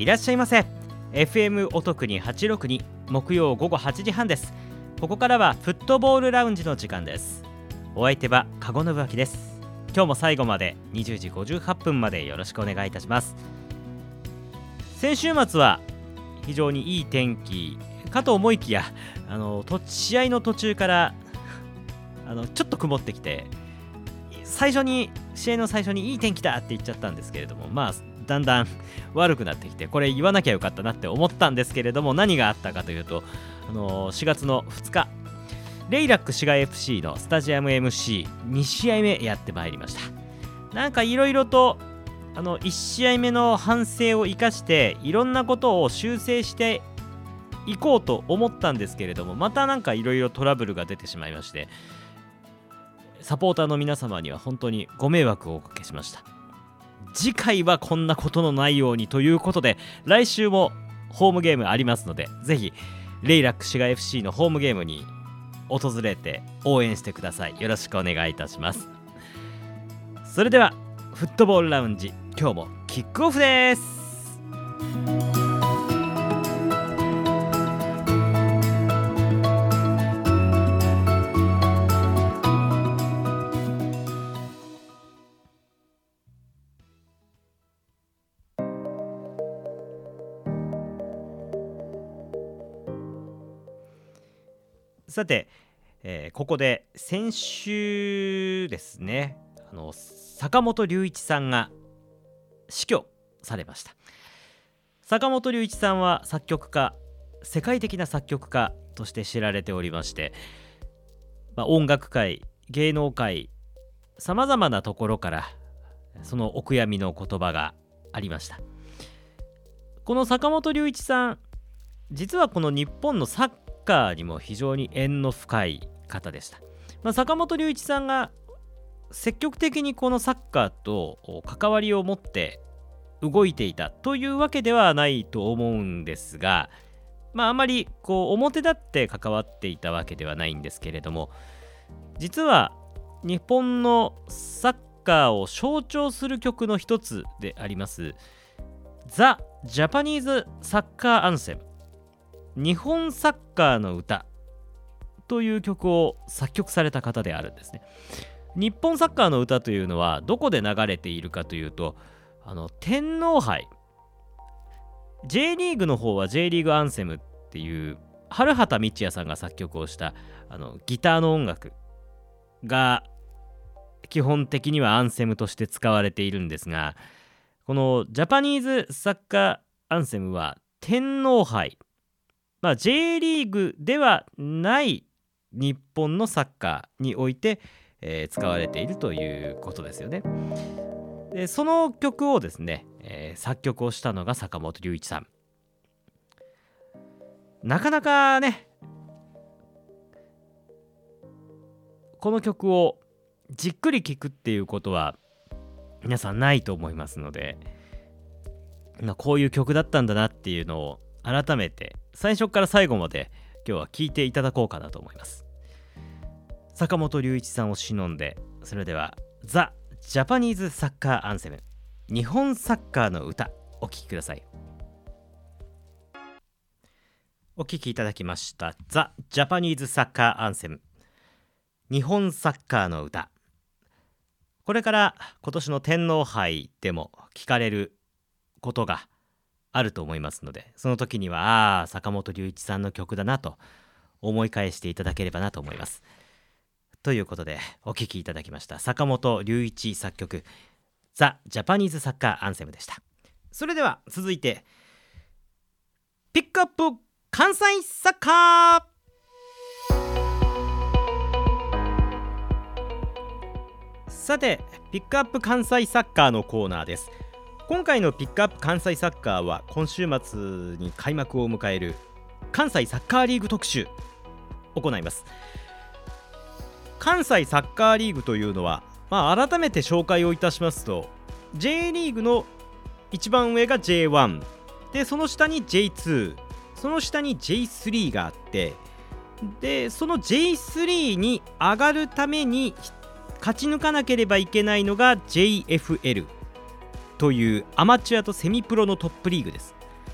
らっしゃいませ。 FM おとくに862、木曜午後8時半です。ここからはフットボールラウンジの時間です。お相手は籠信明です。今日も最後まで20時58分までよろしくお願いいたします。先週末は非常にいい天気かと思いきや、試合の途中からちょっと曇ってきて、試合の最初にいい天気だって言っちゃったんですけれども、だんだん悪くなってきて、これ言わなきゃよかったなって思ったんですけれども、何があったかというと、4月の2日レイラック滋賀 FC のスタジアム MC2 試合目やってまいりました。なんかいろいろと1試合目の反省を生かしていろんなことを修正していこうと思ったんですけれども、またなんかいろいろトラブルが出てしまいまして、サポーターの皆様には本当にご迷惑をおかけしました。次回はこんなことのないようにということで、来週もホームゲームありますので、ぜひレイラック滋賀 FC のホームゲームに訪れて応援してください。よろしくお願いいたします。それではフットボールラウンジ、今日もキックオフです。さて、ここで先週ですね、坂本龍一さんが死去されました。坂本龍一さんは作曲家、世界的な作曲家として知られておりまして、音楽界、芸能界、さまざまなところからそのお悔やみの言葉がありました。この坂本龍一さん、実はこの日本のサッカーにも非常に縁の深い方でした。坂本龍一さんが積極的にこのサッカーと関わりを持って動いていたというわけではないと思うんですが、あまり表立って関わっていたわけではないんですけれども、実は日本のサッカーを象徴する曲の一つでありますザ・ジャパニーズ・サッカー・アンセム、日本サッカーの歌という曲を作曲された方であるんですね。日本サッカーの歌というのはどこで流れているかというと、天皇杯、 J リーグの方は J リーグアンセムっていう春畑道也さんが作曲をしたギターの音楽が基本的にはアンセムとして使われているんですが、このジャパニーズサッカーアンセムは天皇杯、J リーグではない日本のサッカーにおいて、使われているということですよね。でその曲をですね、作曲をしたのが坂本龍一さん。なかなかね、この曲をじっくり聴くっていうことは皆さんないと思いますので、こういう曲だったんだなっていうのを改めて最初から最後まで今日は聴いていただこうかなと思います。坂本龍一さんを偲んで、それではザ・ジャパニーズ・サッカー・アンセム、日本サッカーの歌、お聴きください。お聴きいただきましたザ・ジャパニーズ・サッカー・アンセム、日本サッカーの歌。これから今年の天皇杯でも聞かれることがあると思いますので、その時には坂本龍一さんの曲だなと思い返していただければなと思います。ということでお聴きいただきました坂本龍一作曲ザ・ジャパニーズ・サッカー・アンセムでした。それでは続いてピックアップ関西サッカー。さて、ピックアップ関西サッカーのコーナーです。今回のピックアップ関西サッカーは今週末に開幕を迎える関西サッカーリーグ特集を行います。関西サッカーリーグというのは、改めて紹介をいたしますと、 J リーグの一番上が J1 で、その下に J2、 その下に J3 があって、でその J3 に上がるために勝ち抜かなければいけないのが JFL というアマチュアとセミプロのトップリーグです。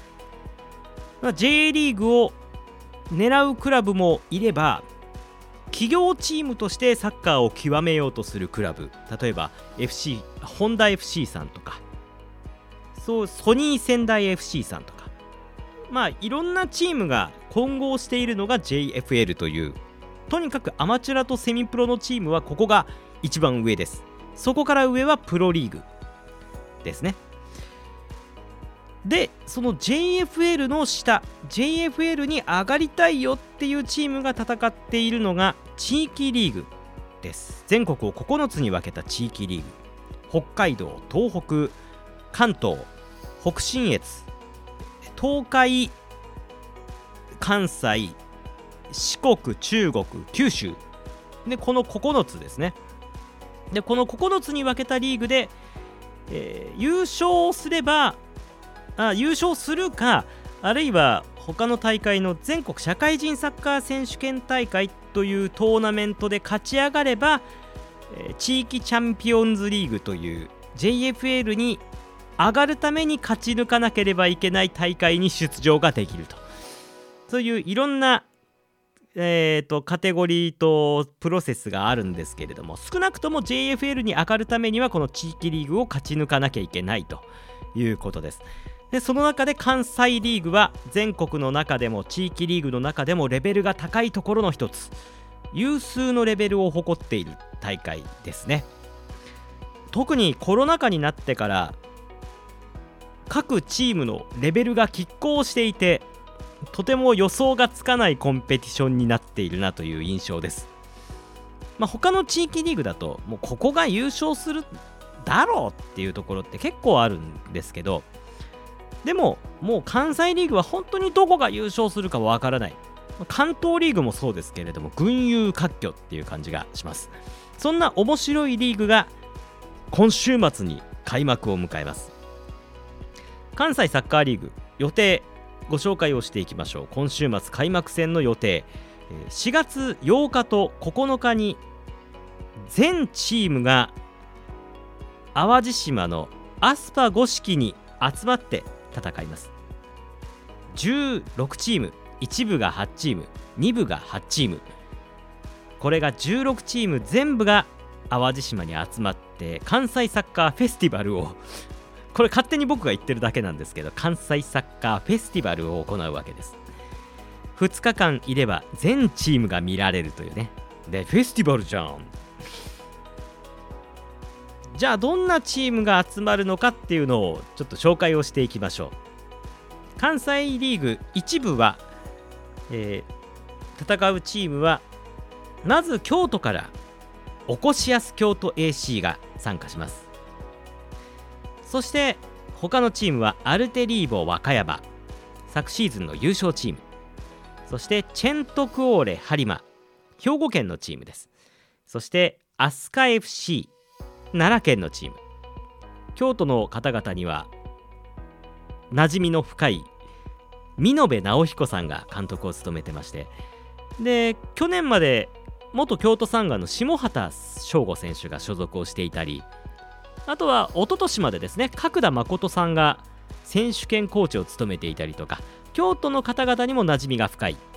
J リーグを狙うクラブもいれば、企業チームとしてサッカーを極めようとするクラブ、例えばホンダ FC さんとか、ソニー仙台 FC さんとか、いろんなチームが混合しているのが JFL という、とにかくアマチュアとセミプロのチームはここが一番上です。そこから上はプロリーグですね。でその JFL の下、 JFL に上がりたいよっていうチームが戦っているのが地域リーグです。全国を9つに分けた地域リーグ、北海道、東北、関東、北信越、東海、関西、四国、中国、九州で、この9つですね。でこの9つに分けたリーグで、優勝するか、あるいは他の大会の全国社会人サッカー選手権大会というトーナメントで勝ち上がれば、地域チャンピオンズリーグという JFL に上がるために勝ち抜かなければいけない大会に出場ができると、そういういろんな、カテゴリーとプロセスがあるんですけれども、少なくとも JFL に上がるためにはこの地域リーグを勝ち抜かなきゃいけないということです。でその中で関西リーグは全国の中でも地域リーグの中でもレベルが高いところの一つ、有数のレベルを誇っている大会ですね。特にコロナ禍になってから各チームのレベルが拮抗していて、とても予想がつかないコンペティションになっているなという印象です。他の地域リーグだともうここが優勝するだろうっていうところって結構あるんですけど、でももう関西リーグは本当にどこが優勝するかわからない。関東リーグもそうですけれども、群雄割拠っていう感じがします。そんな面白いリーグが今週末に開幕を迎えます。関西サッカーリーグ予定ご紹介をしていきましょう。今週末開幕戦の予定、4月8日と9日に全チームが淡路島のアスパ五色に集まって戦います。16チーム、1部が8チーム、2部が8チーム、これが16チーム全部が淡路島に集まって関西サッカーフェスティバルをこれ勝手に僕が言ってるだけなんですけど、関西サッカーフェスティバルを行うわけです。2日間いれば全チームが見られるというね。でフェスティバルじゃん。じゃあどんなチームが集まるのかっていうのをちょっと紹介をしていきましょう。関西リーグ1部は、戦うチームはまず京都からおこしやす京都 AC が参加します。そして他のチームはアルテリーボ和歌山、昨シーズンの優勝チーム、そしてチェントクオーレ播磨、兵庫県のチームです。そして飛鳥 FC、奈良県のチーム。京都の方々には馴染みの深い見延直彦さんが監督を務めてまして、で去年まで元京都サンガの下畑翔吾選手が所属をしていたり、あとは一昨年までですね、角田誠さんが選手兼コーチを務めていたりとか、京都の方々にも馴染みが深い。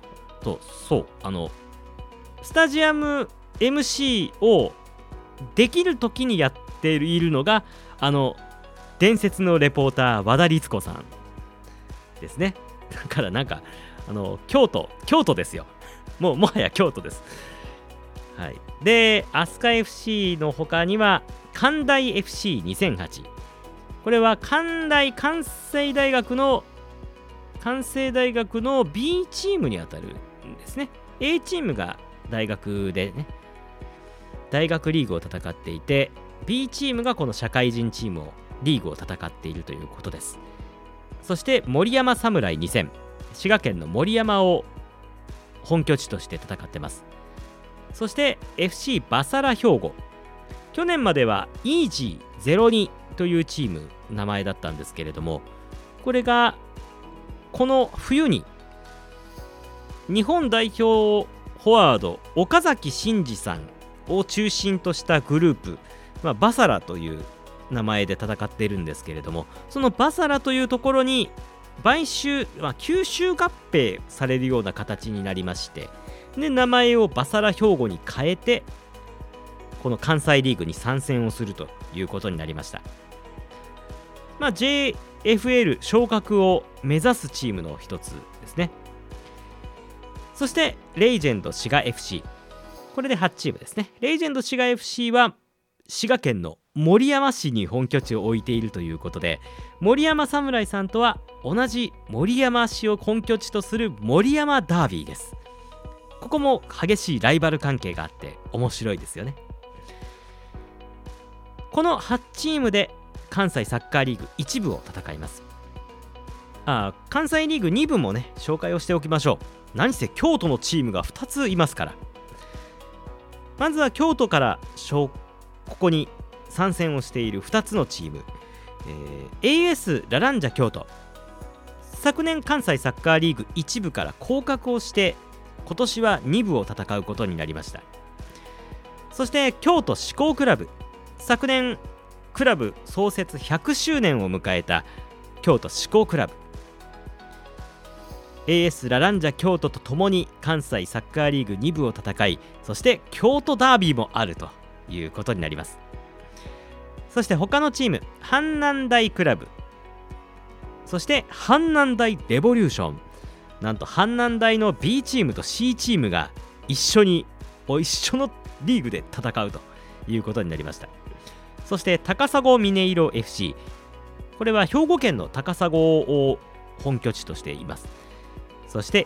スタジアム MC をできる時にやっているのが伝説のレポーター和田律子さんですね。だから京都ですよ。もはや京都です。はい。で飛鳥 FC の他には関大 FC2008、 これは関西大学のB チームにあたるんですね。 A チームが大学でね、大学リーグを戦っていて、 B チームがこの社会人チームリーグを戦っているということです。そして森山侍2000、滋賀県の森山を本拠地として戦ってます。そして FC バサラ兵庫、去年まではイージー02というチーム名前だったんですけれども、これがこの冬に日本代表フォワード岡崎慎司さんを中心としたグループ、バサラという名前で戦っているんですけれども、そのバサラというところに買収、吸収合併されるような形になりまして、で名前をバサラ兵庫に変えてこの関西リーグに参戦をするということになりました。JFL 昇格を目指すチームの一つですね。そしてレイジェンド滋賀 FC、 これで8チームですね。レイジェンド滋賀 FC は滋賀県の守山市に本拠地を置いているということで、守山侍さんとは同じ守山市を本拠地とする守山ダービーです。ここも激しいライバル関係があって面白いですよね。この8チームで関西サッカーリーグ1部を戦います。関西リーグ2部もね紹介をしておきましょう。何せ京都のチームが2ついますから。まずは京都からここに参戦をしている2つのチーム、AS ラランジャ京都、昨年関西サッカーリーグ1部から降格をして今年は2部を戦うことになりました。そして京都志向クラブ、昨年クラブ創設100周年を迎えた京都志向クラブ、 AS ラランジャ京都とともに関西サッカーリーグ2部を戦い、そして京都ダービーもあるということになります。そして他のチーム、阪南大クラブ、そして阪南大レボリューション、なんと阪南大の B チームと C チームが一緒のリーグで戦うということになりました。そして高砂峰色 FC、 これは兵庫県の高砂を本拠地としています。そして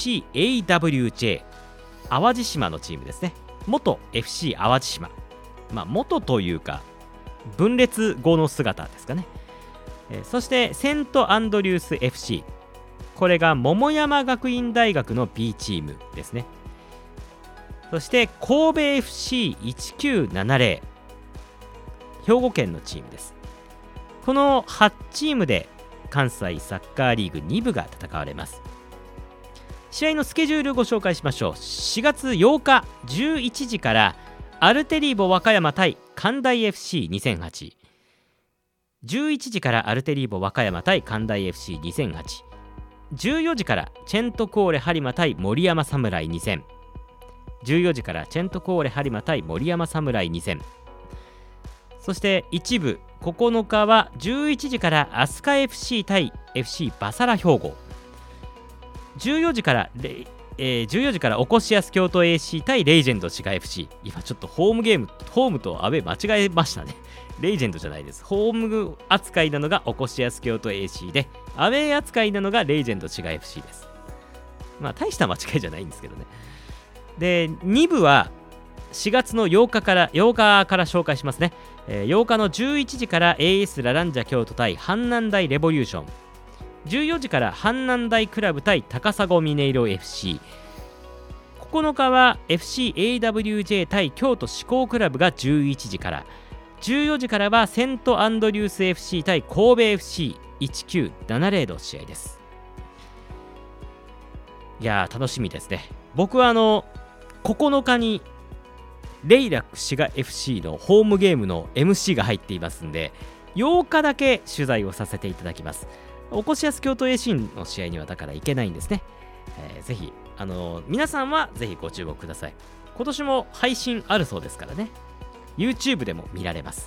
FCAWJ 淡路島のチームですね。元 FC 淡路島、元というか分裂後の姿ですかね。そしてセントアンドリュース FC、 これが桃山学院大学の B チームですね。そして神戸 FC1970、 兵庫県のチームです。この8チームで関西サッカーリーグ2部が戦われます。試合のスケジュールをご紹介しましょう。4月8日11時からアルテリーボ和歌山対関大 FC2008、 11時からアルテリーボ和歌山対関大 FC2008、 14時からチェントコーレ播磨対森山侍2000、14時からチェントコーレ播磨対森山侍2000、そして一部9日は11時から飛鳥 FC 対 FC バサラ兵庫、14時からおこしやす京都 AC 対レイジェンド滋賀 FC、 今ちょっとホームとアウェー間違えましたね。レイジェンドじゃないです。ホーム扱いなのがおこしやす京都 AC で、アウェー扱いなのがレイジェンド滋賀 FC です。大した間違いじゃないんですけどね。で2部は4月の8日から紹介しますね。8日の11時から AS ラランジャ京都対阪南大レボリューション、14時から阪南大クラブ対高砂峰色 FC、 9日は FCAWJ 対京都志向クラブが11時から、14時からはセントアンドリュース FC 対神戸 FC1970 の試合です。いやー楽しみですね。僕は9日にレイラック滋賀 FC のホームゲームの MC が入っていますんで、8日だけ取材をさせていただきます。おこしやす京都 AC の試合にはだから行けないんですね。ぜひ皆さんはぜひご注目ください。今年も配信あるそうですからね。 YouTube でも見られます。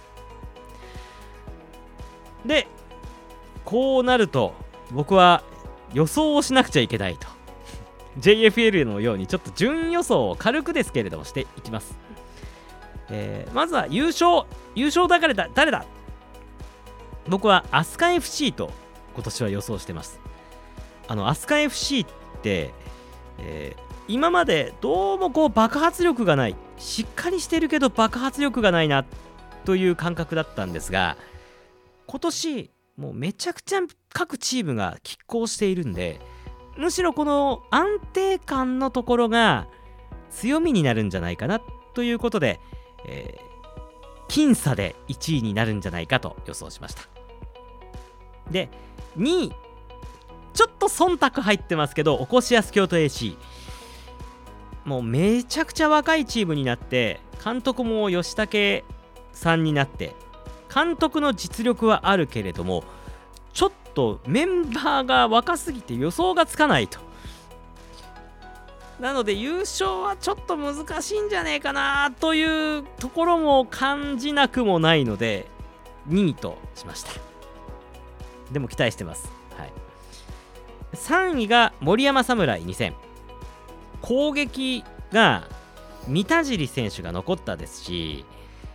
でこうなると僕は予想をしなくちゃいけないとJFL のようにちょっと順予想を軽くですけれどもしていきます。まずは優勝誰だ。僕は飛鳥 FC と今年は予想してます。飛鳥 FC って、今までどうも爆発力がない、しっかりしてるけど爆発力がないなという感覚だったんですが、今年もうめちゃくちゃ各チームが拮抗しているんで、むしろこの安定感のところが強みになるんじゃないかなということで、僅差で1位になるんじゃないかと予想しました。で2位ちょっと忖度入ってますけど、おこしやす京都 AC、 もうめちゃくちゃ若いチームになって、監督も吉武さんになって、監督の実力はあるけれどもちょっとメンバーが若すぎて予想がつかないと。なので優勝はちょっと難しいんじゃねえかなというところも感じなくもないので2位としました。でも期待してます、はい、3位が森山侍2000。攻撃が三田尻選手が残ったですし、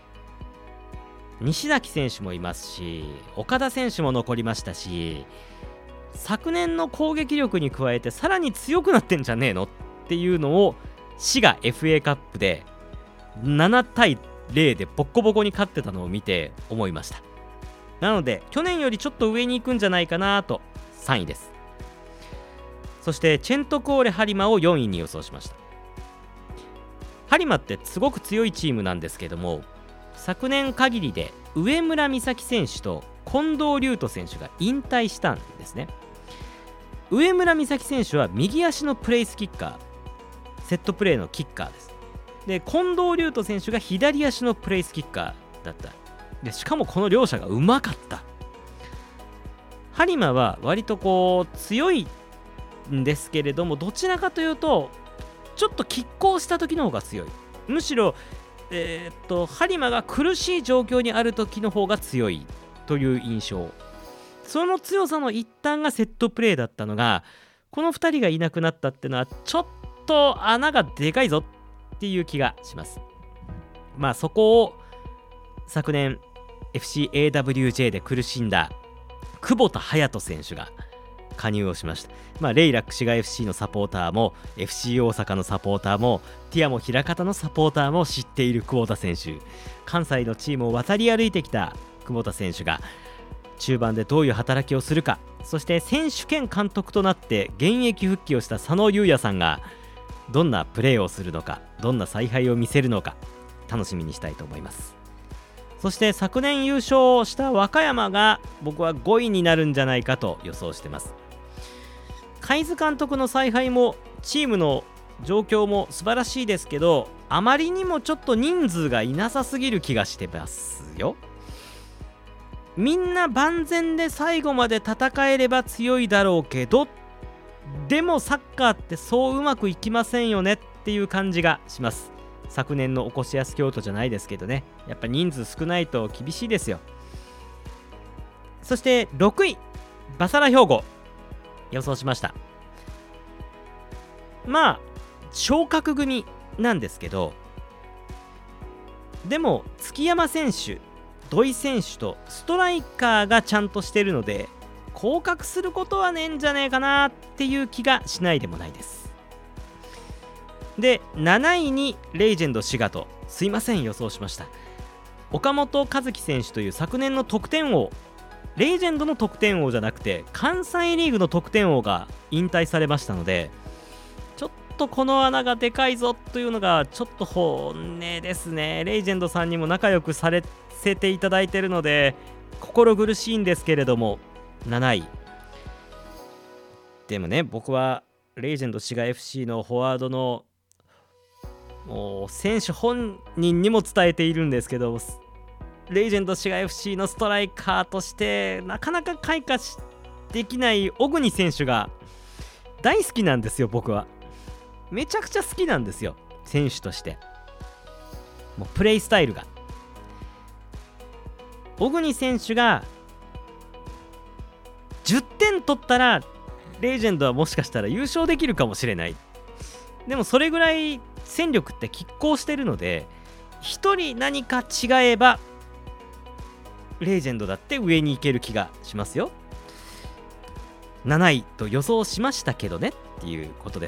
西崎選手もいますし、岡田選手も残りましたし、昨年の攻撃力に加えてさらに強くなってんじゃねえのっていうのを滋賀 FA カップで7対0でボッコボコに勝ってたのを見て思いました。なので去年よりちょっと上に行くんじゃないかなと3位です。そしてチェントコーレ播磨を4位に予想しました。播磨ってすごく強いチームなんですけども、昨年限りで上村美咲選手と近藤龍斗選手が引退したんですね。上村美咲選手は右足のプレイスキッカー、セットプレーのキッカーです。で近藤龍斗選手が左足のプレイスキッカーだった。でしかもこの両者がうまかった。播磨は割とこう強いんですけれども、どちらかというとちょっと拮抗した時の方が強い。むしろ播磨が苦しい状況にある時の方が強いという印象。その強さの一端がセットプレーだったのが、この2人がいなくなったっていうのはちょっと穴がでかいぞっていう気がします。まあそこを昨年 FCAWJ で苦しんだ久保田隼人選手が加入をしました。レイラック滋賀 FC のサポーターも FC 大阪のサポーターもティアモ枚方のサポーターも知っている久保田選手、関西のチームを渡り歩いてきた久保田選手が中盤でどういう働きをするか、そして選手兼監督となって現役復帰をした佐野優也さんがどんなプレーをするのか、どんな采配を見せるのか楽しみにしたいと思います。そして昨年優勝した和歌山が僕は5位になるんじゃないかと予想してます。海津監督の采配もチームの状況も素晴らしいですけど、あまりにもちょっと人数がいなさすぎる気がしてますよ。みんな万全で最後まで戦えれば強いだろうけど、でもサッカーってそううまくいきませんよねっていう感じがします。昨年のおこしやす京都じゃないですけどね、やっぱ人数少ないと厳しいですよ。そして6位バサラ兵庫予想しました。昇格組なんですけど、でも築山選手、土井選手とストライカーがちゃんとしてるので降格することはねえんじゃねえかなっていう気がしないでもないです。で7位にレイジェンド滋賀とすいません予想しました。岡本和樹選手という昨年の得点王、レイジェンドの得点王じゃなくて関西リーグの得点王が引退されましたので、ちょっとこの穴がでかいぞというのがちょっと本音ですね。レイジェンドさんにも仲良くさせていただいているので心苦しいんですけれども、7位でもね、僕はレイジェンド滋賀 FC のフォワードのもう選手本人にも伝えているんですけど、レイジェンド滋賀 FC のストライカーとしてなかなか開花できない小国選手が大好きなんですよ。僕はめちゃくちゃ好きなんですよ、選手として。もうプレイスタイルが、小国選手が10点取ったらレイジェンドはもしかしたら優勝できるかもしれない。でもそれぐらい戦力って拮抗してるので、1人何か違えばレイジェンドだって上に行ける気がしますよ。7位と予想しましたけどねっていうことです。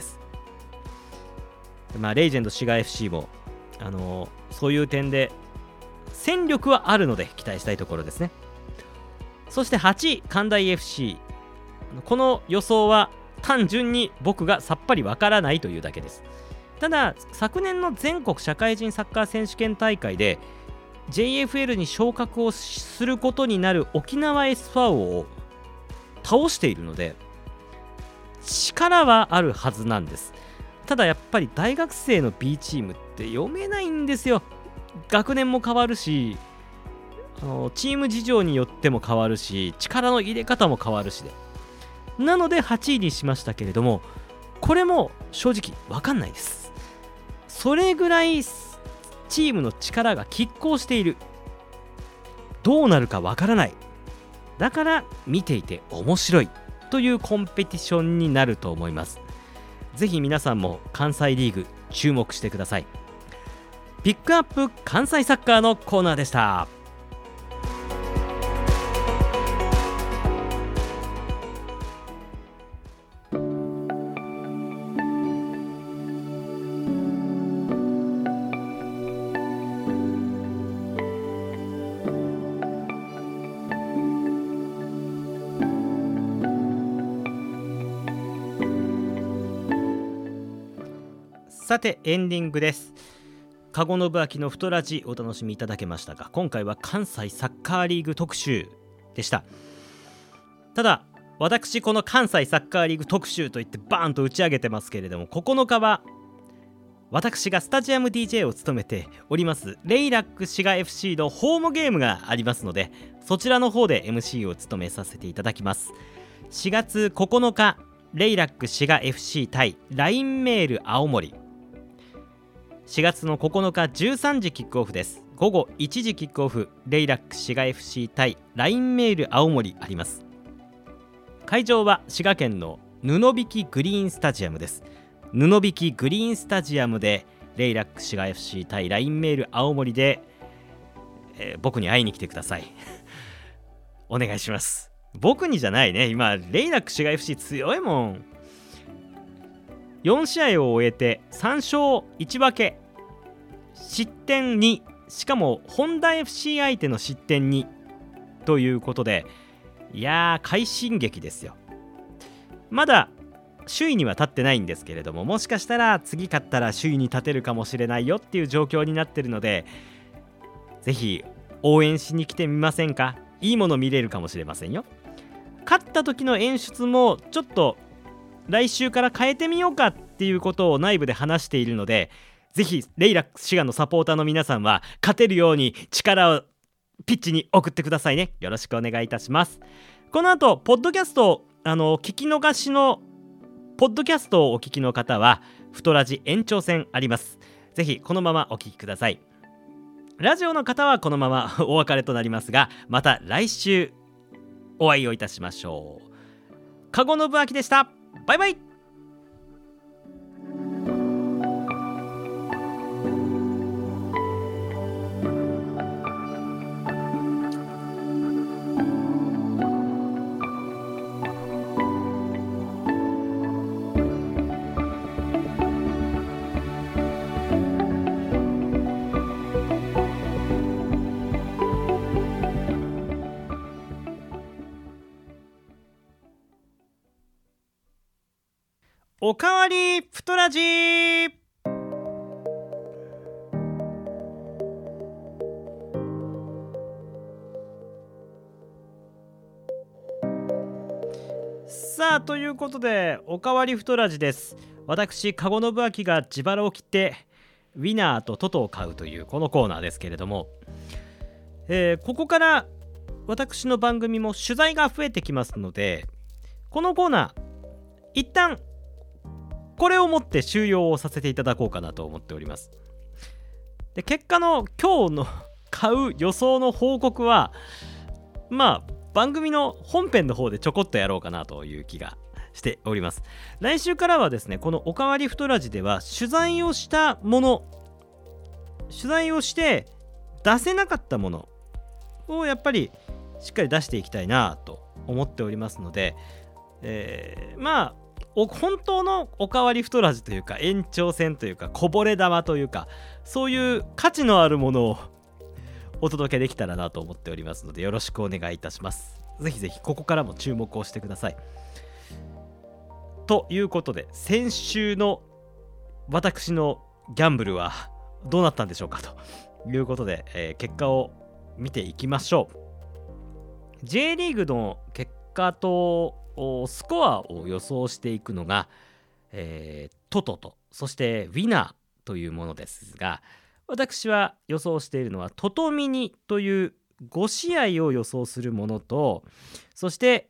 レイジェンド滋賀 FC もそういう点で戦力はあるので期待したいところですね。そして8位関大 FC、 この予想は単純に僕がさっぱりわからないというだけです。ただ昨年の全国社会人サッカー選手権大会で JFL に昇格をすることになる沖縄 SFAO を倒しているので力はあるはずなんです。ただやっぱり大学生の B チームって読めないんですよ。学年も変わるしチーム事情によっても変わるし、力の入れ方も変わるしで、なので8位にしましたけれども、これも正直分かんないです。それぐらいチームの力が拮抗している。どうなるか分からない。だから見ていて面白いというコンペティションになると思います。ぜひ皆さんも関西リーグ注目してください。ピックアップ関西サッカーのコーナーでした。さてエンディングです。籠信明の太ラジお楽しみいただけましたが、今回は関西サッカーリーグ特集でした。ただ私この関西サッカーリーグ特集といってバーンと打ち上げてますけれども、9日は私がスタジアム DJ を務めておりますレイラック滋賀 FC のホームゲームがありますので、そちらの方で MC を務めさせていただきます。4月9日レイラック滋賀 FC 対ラインメール青森、4月の9日13時キックオフです。午後1時キックオフ、レイラック滋賀 FC 対ラインメール青森あります。会場は滋賀県の布引グリーンスタジアムです。布引グリーンスタジアムでレイラック滋賀 FC 対ラインメール青森で、僕に会いに来てくださいお願いします。僕にじゃないね、今レイラック滋賀 FC 強いもん。4試合を終えて3勝1分け、失点2、しかもホンダ FC 相手の失点2ということで、いやー快進撃ですよ。まだ首位には立ってないんですけれども、もしかしたら次勝ったら首位に立てるかもしれないよっていう状況になってるので、ぜひ応援しに来てみませんか。いいもの見れるかもしれませんよ。勝った時の演出もちょっと来週から変えてみようかっていうことを内部で話しているので、ぜひレイラック滋賀のサポーターの皆さんは勝てるように力をピッチに送ってくださいね。よろしくお願いいたします。この後ポッドキャスト聞き逃しのポッドキャストをお聞きの方は太ラジ延長戦あります。ぜひこのままお聞きください。ラジオの方はこのままお別れとなりますが、また来週お会いをいたしましょう。籠信明でした。バイバイ。おかわり太ラジー。さあということでおかわり太ラジです。私籠信明が自腹を切ってウィナーとトトを買うというこのコーナーですけれども、ここから私の番組も取材が増えてきますので、このコーナー一旦これをもって終了をさせていただこうかなと思っております。で、結果の今日の買う予想の報告はまあ番組の本編の方でちょこっとやろうかなという気がしております。来週からはですね、このおかわり太ラジでは取材をしたもの、取材をして出せなかったものをやっぱりしっかり出していきたいなと思っておりますので、まあ本当のおかわり太ラジというか延長戦というかこぼれ玉というか、そういう価値のあるものをお届けできたらなと思っておりますので、よろしくお願いいたします。ぜひぜひここからも注目をしてください。ということで、先週の私のギャンブルはどうなったんでしょうかということで、結果を見ていきましょう。 J リーグの結果とスコアを予想していくのが、トトとそしてウィナーというものですが、私は予想しているのはトトミニという 5試合を予想するものと、そして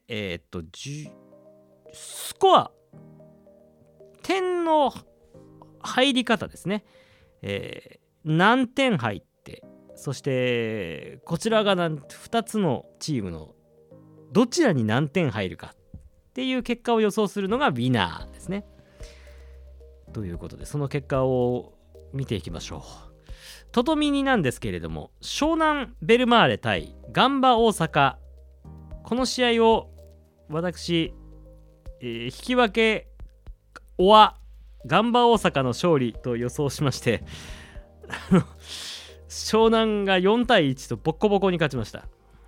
スコア、点の入り方ですね、何点入って、そしてこちらが2つのチームのどちらに何点入るかっていう結果を予想するのがウィナーですね。ということで、その結果を見ていきましょう。トトミニなんですけれども、湘南ベルマーレ対ガンバ大阪、この試合を私、引き分けガンバ大阪の勝利と予想しまして湘南が4対1とボッコボコに勝ちました。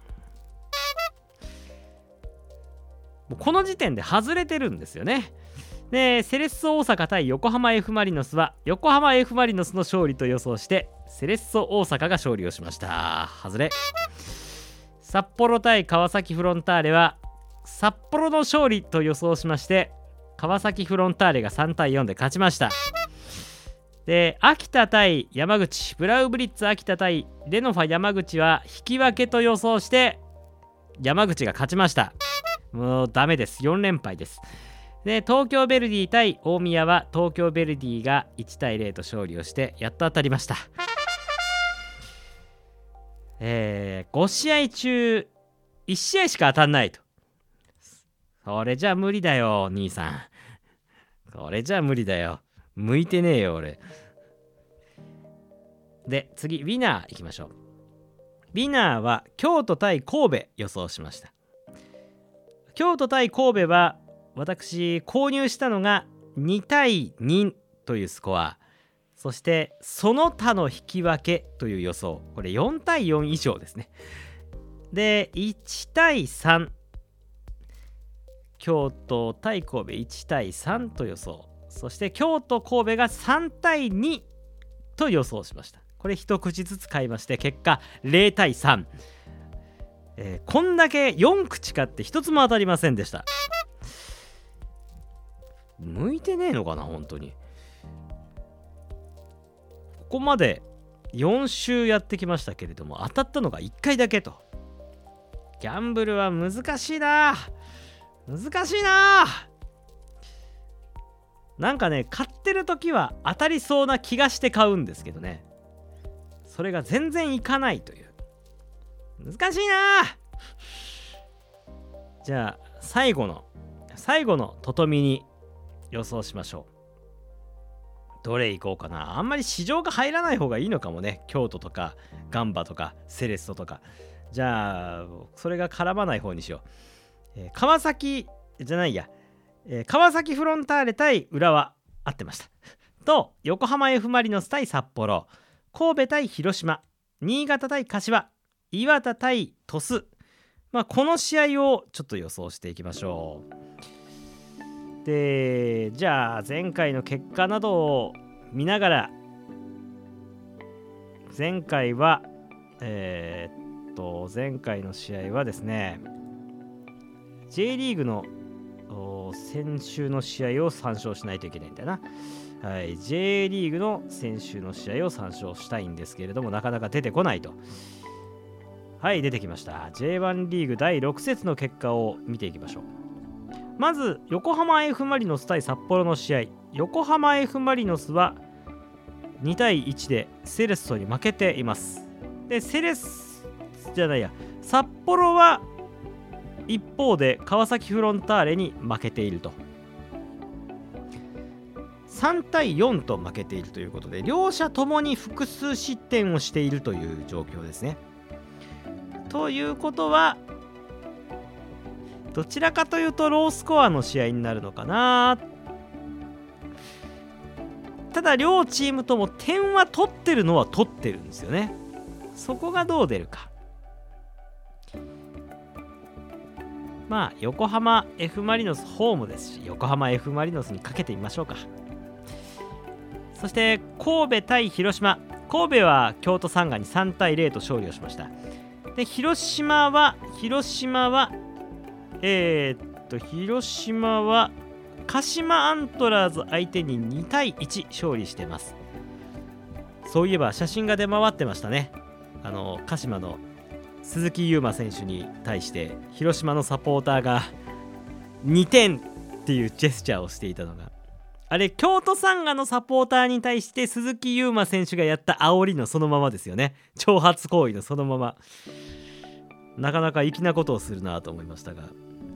もうこの時点で外れてるんですよね。で、セレッソ大阪対横浜 F マリノスは横浜 F マリノスの勝利と予想してセレッソ大阪が勝利をしました。外れ。札幌対川崎フロンターレは札幌の勝利と予想しまして川崎フロンターレが3対4で勝ちました。で、秋田対山口、ブラウブリッツ秋田対レノファ山口は引き分けと予想して山口が勝ちました。もうダメです、4連敗です。で、東京ベルディ対大宮は東京ベルディが1対0と勝利をしてやっと当たりました。5試合中1試合しか当たんないと。それじゃ無理だよ兄さん、これじゃ無理だよ、向いてねえよ俺。で、次ウィナーいきましょう。ウィナーは京都対神戸予想しました。京都対神戸は私購入したのが2対2というスコア、そしてその他の引き分けという予想、これ4対4以上ですね。で、1対3、京都対神戸1対3と予想、そして京都神戸が3対2と予想しました。これ一口ずつ買いまして結果0対3、こんだけ4口買って1つも当たりませんでした。向いてねえのかな本当に。ここまで4週やってきましたけれども当たったのが1回だけと。ギャンブルは難しいな、難しいな。なんかね、買ってる時は当たりそうな気がして買うんですけどね、それが全然いかないという、難しいな。じゃあ最後のトトミに予想しましょう。どれいこうかな。あんまり市場が入らない方がいいのかもね。京都とかガンバとかセレッソとか。じゃあそれが絡まない方にしよう。川崎じゃないや、川崎フロンターレ対浦和合ってましたと、横浜 F マリノス対札幌、神戸対広島、新潟対柏、岩田対鳥栖、この試合をちょっと予想していきましょう。で、じゃあ前回の結果などを見ながら、前回は前回の試合はですね、J リーグの先週の試合を参照しないといけないんだな。はい、J リーグの先週の試合を参照したいんですけれども、なかなか出てこないと。はい、出てきました。 J1 リーグ第6節の結果を見ていきましょう。まず横浜 F マリノス対札幌の試合、横浜 F マリノスは2対1でセレッソに負けています。で、札幌は一方で川崎フロンターレに負けていると、3対4と負けているということで、両者ともに複数失点をしているという状況ですね。ということはどちらかというとロースコアの試合になるのかな。ただ両チームとも点は取ってるのは取ってるんですよね。そこがどう出るか。横浜 F マリノスホームですし、横浜 F マリノスにかけてみましょうか。そして神戸対広島、神戸は京都サンガに3対0と勝利をしました。で、広島は鹿島アントラーズ相手に2対1勝利してます。そういえば写真が出回ってましたね。鹿島の鈴木優馬選手に対して広島のサポーターが2点っていうジェスチャーをしていたのが、あれ京都サンガのサポーターに対して鈴木優馬選手がやった煽りのそのままですよね。挑発行為のそのまま。なかなか粋なことをするなと思いましたが、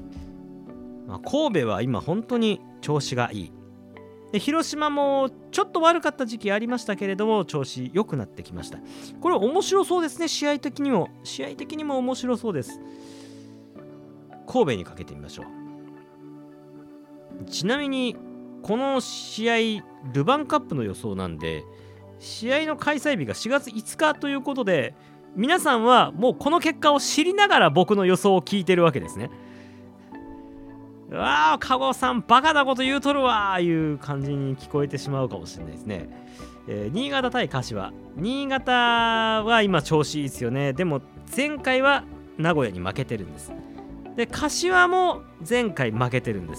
神戸は今本当に調子がいい。で広島もちょっと悪かった時期ありましたけれども調子良くなってきました。これ面白そうですね。試合的にも面白そうです。神戸にかけてみましょう。ちなみにこの試合ルヴァンカップの予想なんで、試合の開催日が4月5日ということで、皆さんはもうこの結果を知りながら僕の予想を聞いてるわけですね。うわー、加護さんバカなこと言うとるわーいう感じに聞こえてしまうかもしれないですね。新潟対柏。新潟は今調子いいですよね。でも前回は名古屋に負けてるんです。で柏も前回負けてるんです。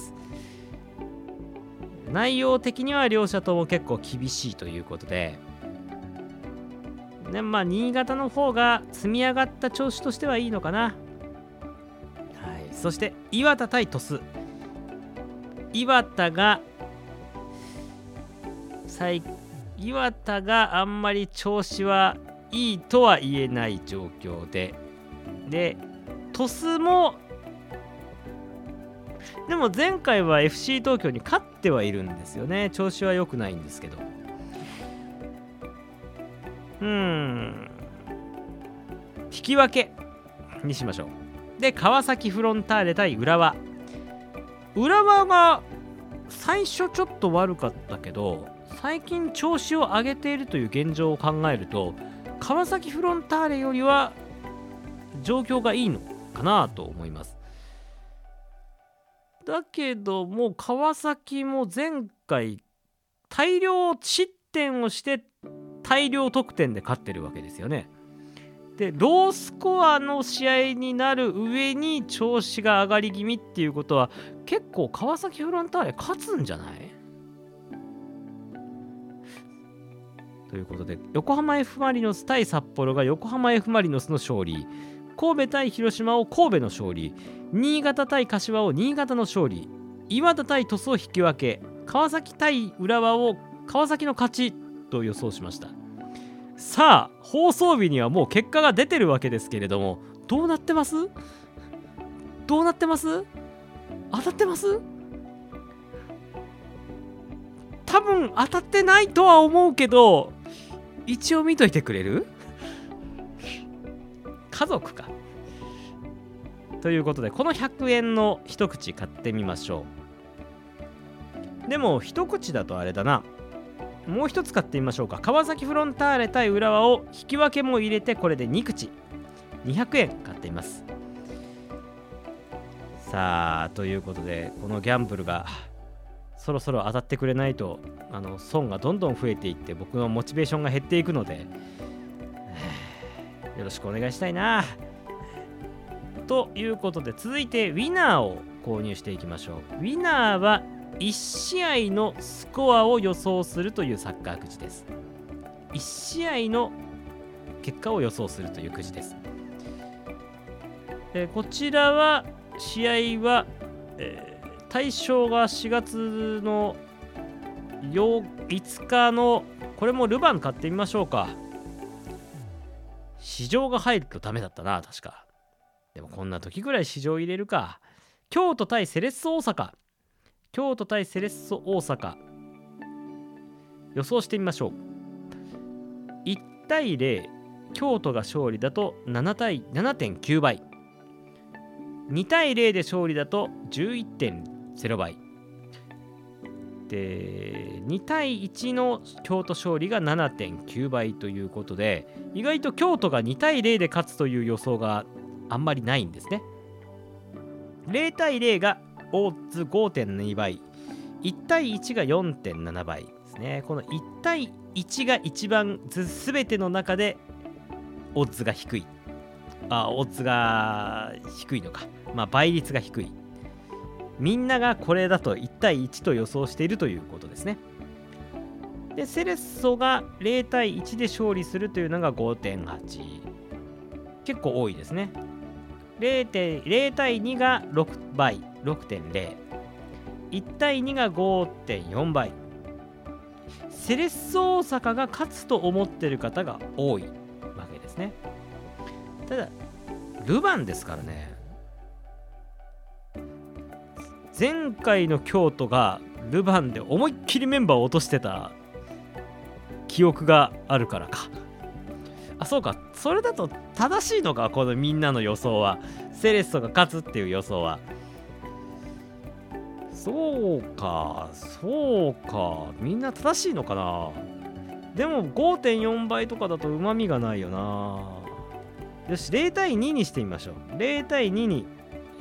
内容的には両者とも結構厳しいということで、新潟の方が積み上がった調子としてはいいのかな。そして磐田対鳥栖。磐田があんまり調子はいいとは言えない状況で、鳥栖もでも前回は FC 東京に勝ってはいるんですよね。調子は良くないんですけど、引き分けにしましょう。で川崎フロンターレ対浦和。浦和が最初ちょっと悪かったけど最近調子を上げているという現状を考えると、川崎フロンターレよりは状況がいいのかなと思います。だけども川崎も前回大量失点をして大量得点で勝ってるわけですよね。でロースコアの試合になる上に調子が上がり気味っていうことは、結構川崎フロンターレ勝つんじゃない？ということで横浜 F マリノス対札幌が横浜 F マリノスの勝利、神戸対広島を神戸の勝利、新潟対柏を新潟の勝利、磐田対鳥栖を引き分け、川崎対浦和を川崎の勝ちと予想しました。さあ放送日にはもう結果が出てるわけですけれども、どうなってます？当たってます？多分当たってないとは思うけど、一応見といてくれる？家族か。ということでこの100円の一口買ってみましょう。でも一口だとあれだな、もう一つ買ってみましょうか。川崎フロンターレ対浦和を引き分けも入れて、これで2口200円買ってみます。さあということでこのギャンブルがそろそろ当たってくれないと損がどんどん増えていって僕のモチベーションが減っていくので、よろしくお願いしたいな。ということで続いてウィナーを購入していきましょう。ウィナーは1試合のスコアを予想するというサッカーくじです。1試合の結果を予想するというくじです。こちらは試合は、対象が4月の5日の、これもルヴァン買ってみましょうか。市場が入るとダメだったな確か。でもこんな時ぐらい市場入れるか。京都対セレッソ大阪。予想してみましょう。1対0、京都が勝利だと7.9倍、2対0で勝利だと 11.0 倍で、2対1の京都勝利が 7.9 倍ということで、意外と京都が2対0で勝つという予想があんまりないんですね。0対0がオッズ 5.2 倍、1対1が 4.7 倍ですね。この1対1が一番全ての中でオッズが低い。オッズが低いのか、倍率が低い。みんながこれだと1対1と予想しているということですね。でセレッソが0対1で勝利するというのが 5.8、 結構多いですね。0対2が6倍 6.0、 1対2が 5.4 倍。セレッソ大阪が勝つと思ってる方が多いわけですね。ただルヴァンですからね。前回の京都がルヴァンで思いっきりメンバーを落としてた記憶があるからか。あ、そうか、それだと正しいのか、このみんなの予想は。セレッソが勝つっていう予想は。そうかみんな正しいのかな。でも 5.4 倍とかだとうまみがないよな。よし、0対2にしてみましょう。0対2に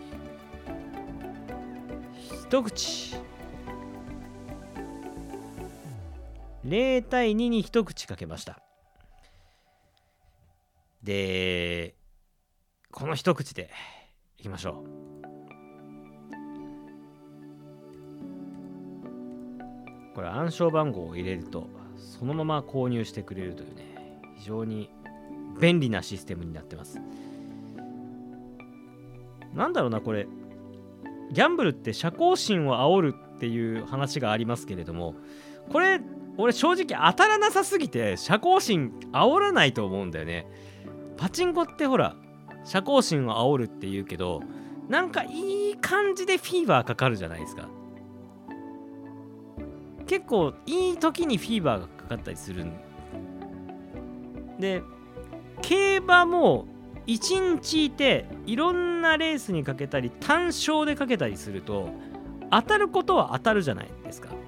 一口、0対2に一口かけました。でこの一口でいきましょう。これ暗証番号を入れるとそのまま購入してくれるというね、非常に便利なシステムになってます。なんだろうな、これギャンブルって社交心を煽るっていう話がありますけれども、これ俺正直当たらなさすぎて社交心煽らないと思うんだよね。パチンコってほら社交心を煽るって言うけど、なんかいい感じでフィーバーかかるじゃないですか。結構いい時にフィーバーがかかったりするんで、競馬も1日いていろんなレースにかけたり単勝でかけたりすると当たることは当たるじゃないですか。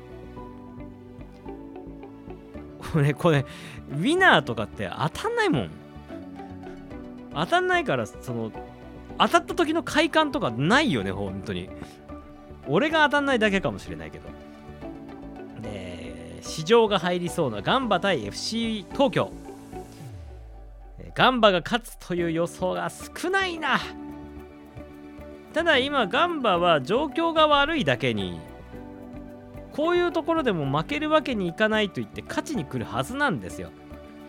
これウィナーとかって当たんないもん。当たんないから、その当たった時の快感とかないよね。本当に俺が当たんないだけかもしれないけど。で市場が入りそうなガンバ対 FC 東京、ガンバが勝つという予想が少ないな。ただ今ガンバは状況が悪いだけに、こういうところでも負けるわけにいかないと言って勝ちに来るはずなんですよ。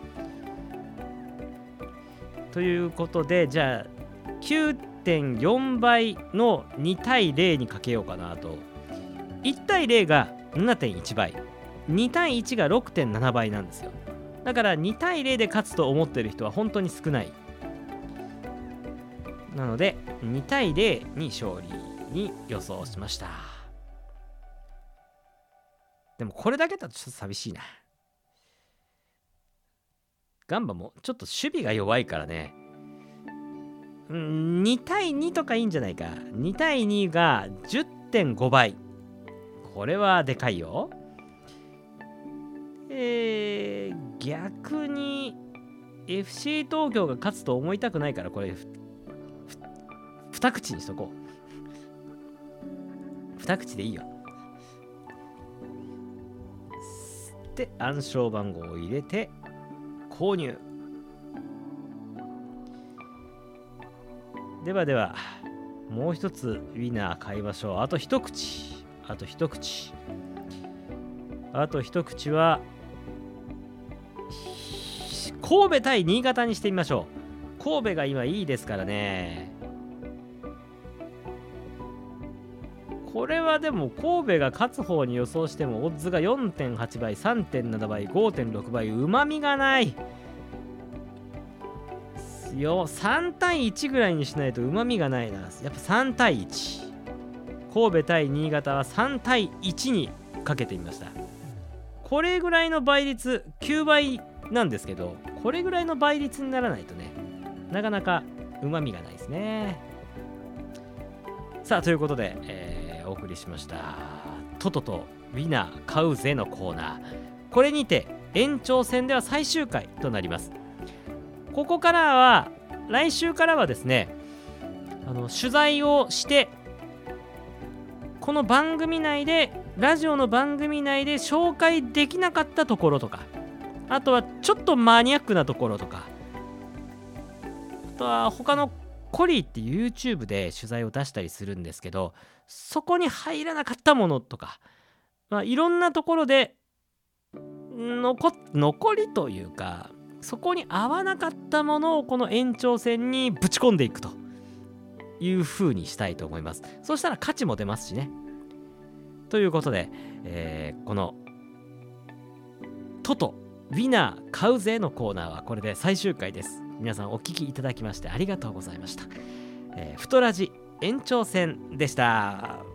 ということで、じゃあ 9.4 倍の2対0にかけようかなと。1対0が 7.1 倍、2対1が 6.7 倍なんですよ。だから2対0で勝つと思ってる人は本当に少ない。なので2対0に勝利に予想しました。でもこれだけだとちょっと寂しいな。ガンバもちょっと守備が弱いからね。2対2とかいいんじゃないか。2対2が 10.5 倍。これはでかいよ。逆に FC 東京が勝つと思いたくないから、これ2口にしとこう。2口でいいよ。で暗証番号を入れて購入。ではもう一つウィナー買いましょう。あと一口は神戸対新潟にしてみましょう。神戸が今いいですからね。これはでも神戸が勝つ方に予想してもオッズが 4.8 倍 3.7 倍 5.6 倍、うまみがないよ。3対1ぐらいにしないとうまみがないな。やっぱ3対1、神戸対新潟は3対1にかけてみました。これぐらいの倍率、9倍なんですけど、これぐらいの倍率にならないとね、なかなかうまみがないですね。さあということで、お送りしましたトトとウィナー買うぜのコーナー。これにて延長戦では最終回となります。ここからは来週からはですね、取材をしてこの番組内で、ラジオの番組内で紹介できなかったところとか、あとはちょっとマニアックなところとか、あとは他のコリーって YouTube で取材を出したりするんですけど、そこに入らなかったものとか、いろんなところで残りというか、 そこに合わなかったものをこの延長戦にぶち込んでいくという風にしたいと思います。そしたら価値も出ますしね。ということで、このトトウィナー買うぜのコーナーはこれで最終回です。皆さんお聞きいただきましてありがとうございました。太ラジ延長戦でした。